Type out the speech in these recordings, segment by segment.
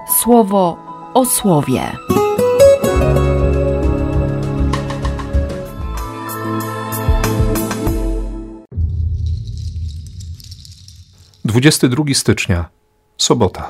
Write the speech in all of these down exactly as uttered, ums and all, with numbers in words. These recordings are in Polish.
Słowo o słowie. dwudziestego drugiego stycznia, sobota.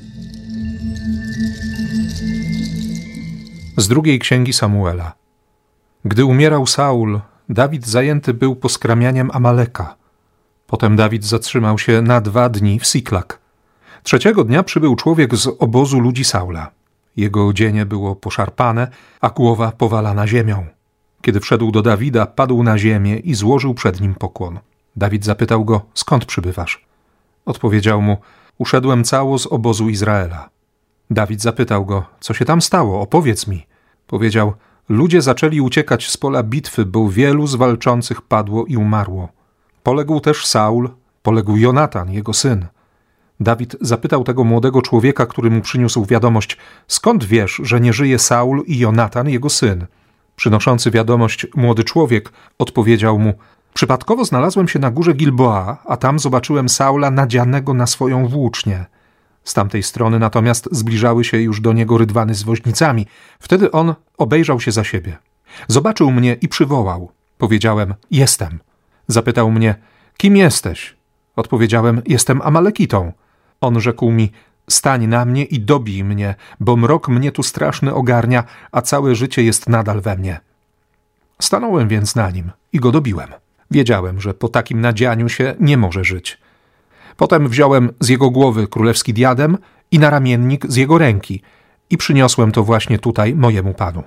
Z drugiej księgi Samuela. Gdy umierał Saul, Dawid zajęty był poskramianiem Amaleka. Potem Dawid zatrzymał się na dwa dni w Siklak. Trzeciego dnia przybył człowiek z obozu ludzi Saula. Jego odzienie było poszarpane, a głowa powalana ziemią. Kiedy wszedł do Dawida, padł na ziemię i złożył przed nim pokłon. Dawid zapytał go, skąd przybywasz? Odpowiedział mu, uszedłem cało z obozu Izraela. Dawid zapytał go, co się tam stało, opowiedz mi. Powiedział, ludzie zaczęli uciekać z pola bitwy, bo wielu z walczących padło i umarło. Poległ też Saul, poległ Jonatan, jego syn. Dawid zapytał tego młodego człowieka, który mu przyniósł wiadomość, skąd wiesz, że nie żyje Saul i Jonatan, jego syn? Przynoszący wiadomość młody człowiek odpowiedział mu, przypadkowo znalazłem się na górze Gilboa, a tam zobaczyłem Saula nadzianego na swoją włócznię. Z tamtej strony natomiast zbliżały się już do niego rydwany z woźnicami. Wtedy on obejrzał się za siebie. Zobaczył mnie i przywołał. Powiedziałem, jestem. Zapytał mnie, kim jesteś? Odpowiedziałem, jestem Amalekitą. On rzekł mi, stań na mnie i dobij mnie, bo mrok mnie tu straszny ogarnia, a całe życie jest nadal we mnie. Stanąłem więc na nim i go dobiłem. Wiedziałem, że po takim nadzianiu się nie może żyć. Potem wziąłem z jego głowy królewski diadem i naramiennik z jego ręki i przyniosłem to właśnie tutaj mojemu panu.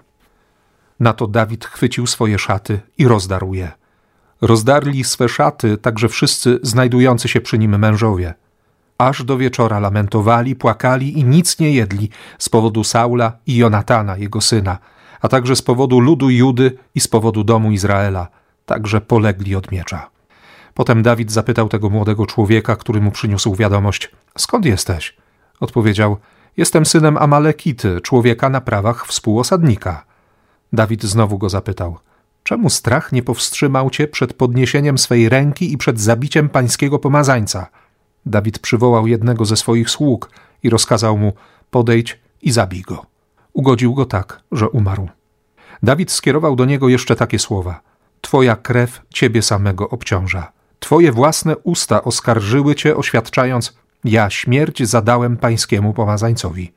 Na to Dawid chwycił swoje szaty i rozdarł je. Rozdarli swe szaty także wszyscy znajdujący się przy nim mężowie. Aż do wieczora lamentowali, płakali i nic nie jedli z powodu Saula i Jonatana, jego syna, a także z powodu ludu Judy i z powodu domu Izraela, także polegli od miecza. Potem Dawid zapytał tego młodego człowieka, który mu przyniósł wiadomość, skąd jesteś? Odpowiedział, jestem synem Amalekity, człowieka na prawach współosadnika. Dawid znowu go zapytał, czemu strach nie powstrzymał cię przed podniesieniem swej ręki i przed zabiciem pańskiego pomazańca? Dawid przywołał jednego ze swoich sług i rozkazał mu, podejdź i zabij go. Ugodził go tak, że umarł. Dawid skierował do niego jeszcze takie słowa, twoja krew ciebie samego obciąża. Twoje własne usta oskarżyły cię, oświadczając, ja śmierć zadałem pańskiemu pomazańcowi.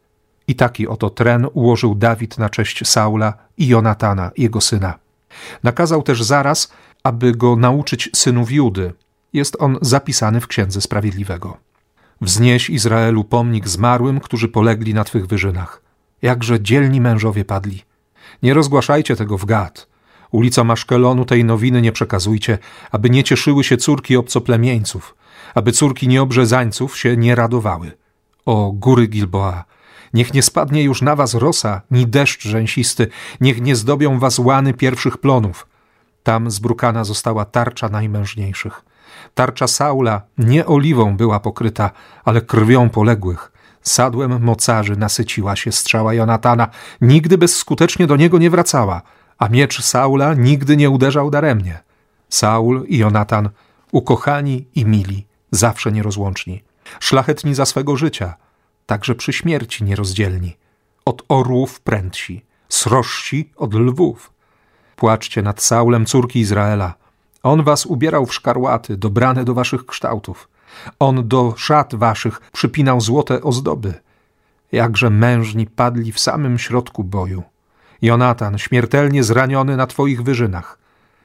I taki oto tren ułożył Dawid na cześć Saula i Jonatana, jego syna. Nakazał też zaraz, aby go nauczyć synów Judy. Jest on zapisany w Księdze Sprawiedliwego. Wznieś Izraelu pomnik zmarłym, którzy polegli na twych wyżynach. Jakże dzielni mężowie padli. Nie rozgłaszajcie tego w Gad. Ulicom Aszkelonu tej nowiny nie przekazujcie, aby nie cieszyły się córki obcoplemieńców, aby córki nieobrzezańców się nie radowały. O góry Gilboa, niech nie spadnie już na was rosa, ni deszcz rzęsisty, niech nie zdobią was łany pierwszych plonów. Tam zbrukana została tarcza najmężniejszych. Tarcza Saula nie oliwą była pokryta, ale krwią poległych. Sadłem mocarzy nasyciła się strzała Jonatana, nigdy bezskutecznie do niego nie wracała, a miecz Saula nigdy nie uderzał daremnie. Saul i Jonatan, ukochani i mili, zawsze nierozłączni, szlachetni za swego życia, także przy śmierci nierozdzielni. Od orłów prędsi, srożsi od lwów. Płaczcie nad Saulem, córki Izraela. On was ubierał w szkarłaty, dobrane do waszych kształtów. On do szat waszych przypinał złote ozdoby. Jakże mężni padli w samym środku boju. Jonatan, śmiertelnie zraniony na twoich wyżynach.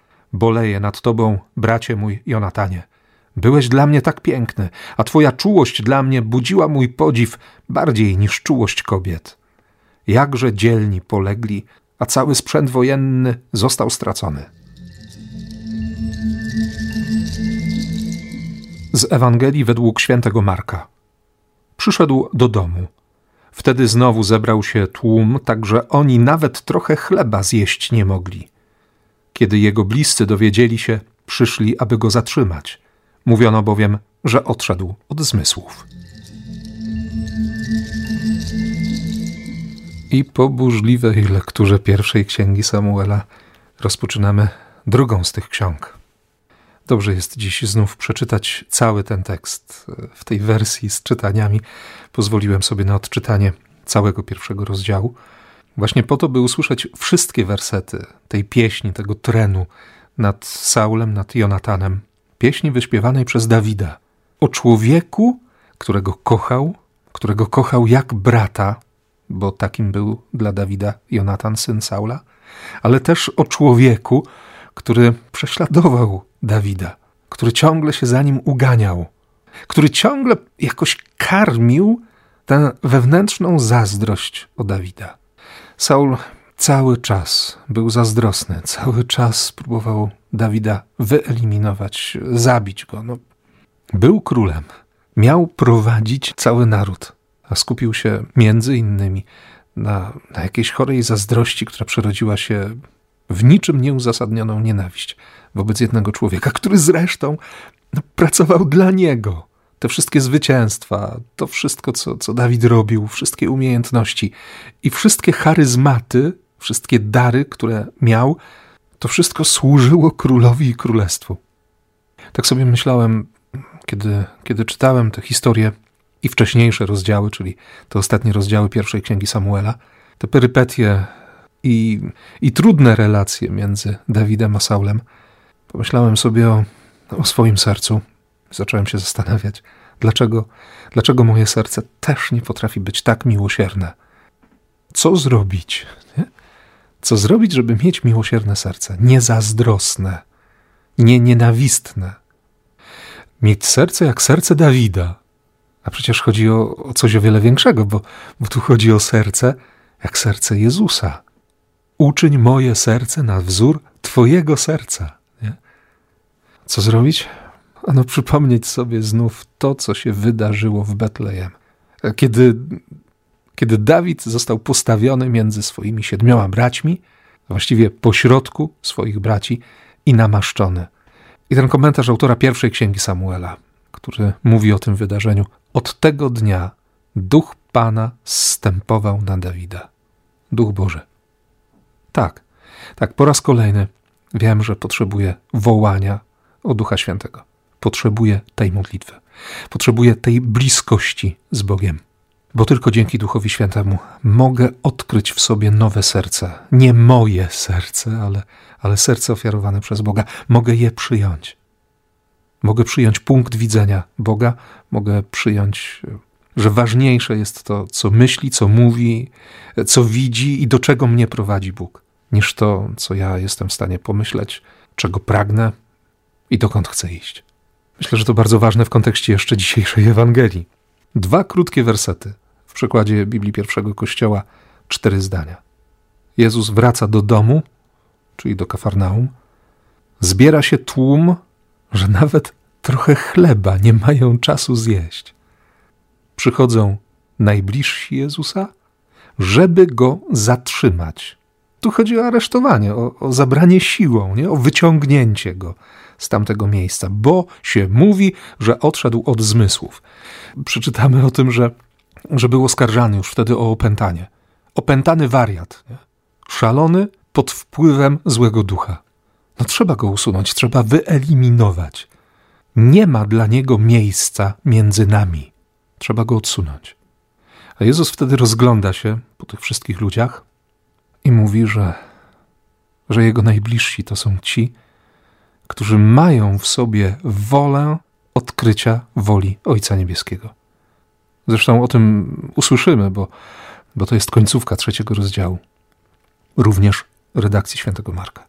Boleję nad tobą, bracie mój Jonatanie. Byłeś dla mnie tak piękny, a twoja czułość dla mnie budziła mój podziw bardziej niż czułość kobiet. Jakże dzielni polegli, a cały sprzęt wojenny został stracony. Z Ewangelii według świętego Marka. Przyszedł do domu. Wtedy znowu zebrał się tłum, tak że oni nawet trochę chleba zjeść nie mogli. Kiedy jego bliscy dowiedzieli się, przyszli, aby go zatrzymać. Mówiono bowiem, że odszedł od zmysłów. I po burzliwej lekturze pierwszej księgi Samuela rozpoczynamy drugą z tych ksiąg. Dobrze jest dziś znów przeczytać cały ten tekst w tej wersji z czytaniami. Pozwoliłem sobie na odczytanie całego pierwszego rozdziału. Właśnie po to, by usłyszeć wszystkie wersety tej pieśni, tego trenu nad Saulem, nad Jonatanem. Pieśni wyśpiewanej przez Dawida. O człowieku, którego kochał, którego kochał jak brata, bo takim był dla Dawida Jonatan, syn Saula, ale też o człowieku, który prześladował Dawida, który ciągle się za nim uganiał, który ciągle jakoś karmił tę wewnętrzną zazdrość o Dawida. Saul cały czas był zazdrosny, cały czas próbował Dawida wyeliminować, zabić go. No, był królem, miał prowadzić cały naród, a skupił się między innymi na, na jakiejś chorej zazdrości, która przerodziła się w niczym nieuzasadnioną nienawiść wobec jednego człowieka, który zresztą no, pracował dla niego. Te wszystkie zwycięstwa, to wszystko, co, co Dawid robił, wszystkie umiejętności i wszystkie charyzmaty, wszystkie dary, które miał, to wszystko służyło królowi i królestwu. Tak sobie myślałem, kiedy, kiedy czytałem tę historię i wcześniejsze rozdziały, czyli te ostatnie rozdziały pierwszej księgi Samuela, te perypetie i, i trudne relacje między Dawidem a Saulem. Pomyślałem sobie o, o swoim sercu. Zacząłem się zastanawiać, dlaczego, dlaczego moje serce też nie potrafi być tak miłosierne. Co zrobić? Nie? Co zrobić, żeby mieć miłosierne serce? Niezazdrosne, nie nienawistne. Mieć serce jak serce Dawida. A przecież chodzi o, o coś o wiele większego, bo, bo tu chodzi o serce jak serce Jezusa. Uczyń moje serce na wzór Twojego serca. Nie? Co zrobić? Ano przypomnieć sobie znów to, co się wydarzyło w Betlejem. Kiedy, kiedy Dawid został postawiony między swoimi siedmioma braćmi, właściwie pośrodku swoich braci i namaszczony. I ten komentarz autora pierwszej księgi Samuela, który mówi o tym wydarzeniu. Od tego dnia Duch Pana zstępował na Dawida. Duch Boży. Tak, tak, po raz kolejny wiem, że potrzebuję wołania o Ducha Świętego. Potrzebuję tej modlitwy. Potrzebuję tej bliskości z Bogiem. Bo tylko dzięki Duchowi Świętemu mogę odkryć w sobie nowe serce. Nie moje serce, ale, ale serce ofiarowane przez Boga. Mogę je przyjąć. Mogę przyjąć punkt widzenia Boga. Mogę przyjąć, że ważniejsze jest to, co myśli, co mówi, co widzi i do czego mnie prowadzi Bóg, niż to, co ja jestem w stanie pomyśleć, czego pragnę i dokąd chcę iść. Myślę, że to bardzo ważne w kontekście jeszcze dzisiejszej Ewangelii. Dwa krótkie wersety. W przekładzie Biblii Pierwszego Kościoła cztery zdania. Jezus wraca do domu, czyli do Kafarnaum. Zbiera się tłum, że nawet trochę chleba nie mają czasu zjeść. Przychodzą najbliżsi Jezusa, żeby Go zatrzymać. Tu chodzi o aresztowanie, o, o zabranie siłą, nie? O wyciągnięcie Go z tamtego miejsca, bo się mówi, że odszedł od zmysłów. Przeczytamy o tym, że, że był oskarżany już wtedy o opętanie. Opętany wariat, nie? Szalony pod wpływem złego ducha. No trzeba go usunąć, trzeba wyeliminować. Nie ma dla niego miejsca między nami. Trzeba go odsunąć. A Jezus wtedy rozgląda się po tych wszystkich ludziach i mówi, że, że jego najbliżsi to są ci, którzy mają w sobie wolę odkrycia woli Ojca Niebieskiego. Zresztą o tym usłyszymy, bo, bo to jest końcówka trzeciego rozdziału. Również redakcji świętego Marka.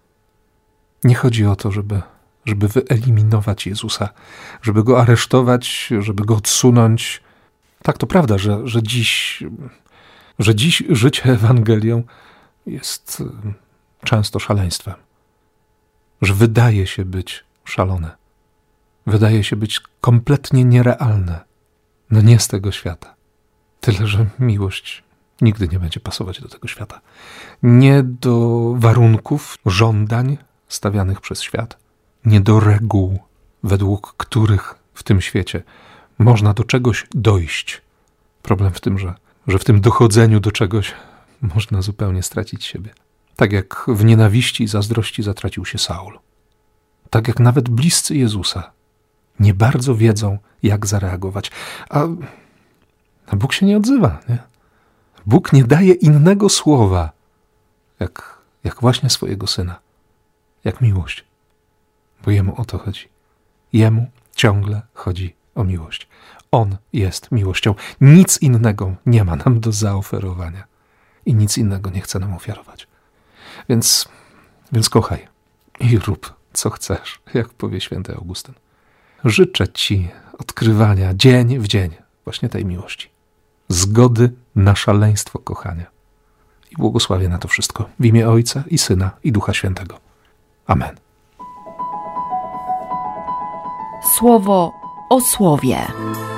Nie chodzi o to, żeby, żeby wyeliminować Jezusa, żeby go aresztować, żeby go odsunąć. Tak, to prawda, że, że, dziś, że dziś życie Ewangelią jest często szaleństwem. Że wydaje się być szalone. Wydaje się być kompletnie nierealne. No nie z tego świata. Tyle, że miłość nigdy nie będzie pasować do tego świata. Nie do warunków, żądań stawianych przez świat. Nie do reguł, według których w tym świecie można do czegoś dojść. Problem w tym, że, że w tym dochodzeniu do czegoś można zupełnie stracić siebie. Tak jak w nienawiści i zazdrości zatracił się Saul. tak jak nawet bliscy Jezusa, nie bardzo wiedzą, jak zareagować. A, a Bóg się nie odzywa, nie? Bóg nie daje innego słowa, jak, jak właśnie swojego Syna, jak miłość. Bo Jemu o to chodzi. Jemu ciągle chodzi o miłość. On jest miłością. Nic innego nie ma nam do zaoferowania. I nic innego nie chce nam ofiarować. Więc, więc kochaj i rób, co chcesz, jak powie święty Augustyn. Życzę ci odkrywania dzień w dzień właśnie tej miłości. Zgody na szaleństwo kochania. I błogosławię na to wszystko w imię Ojca i Syna i Ducha Świętego. Amen. Słowo o słowie.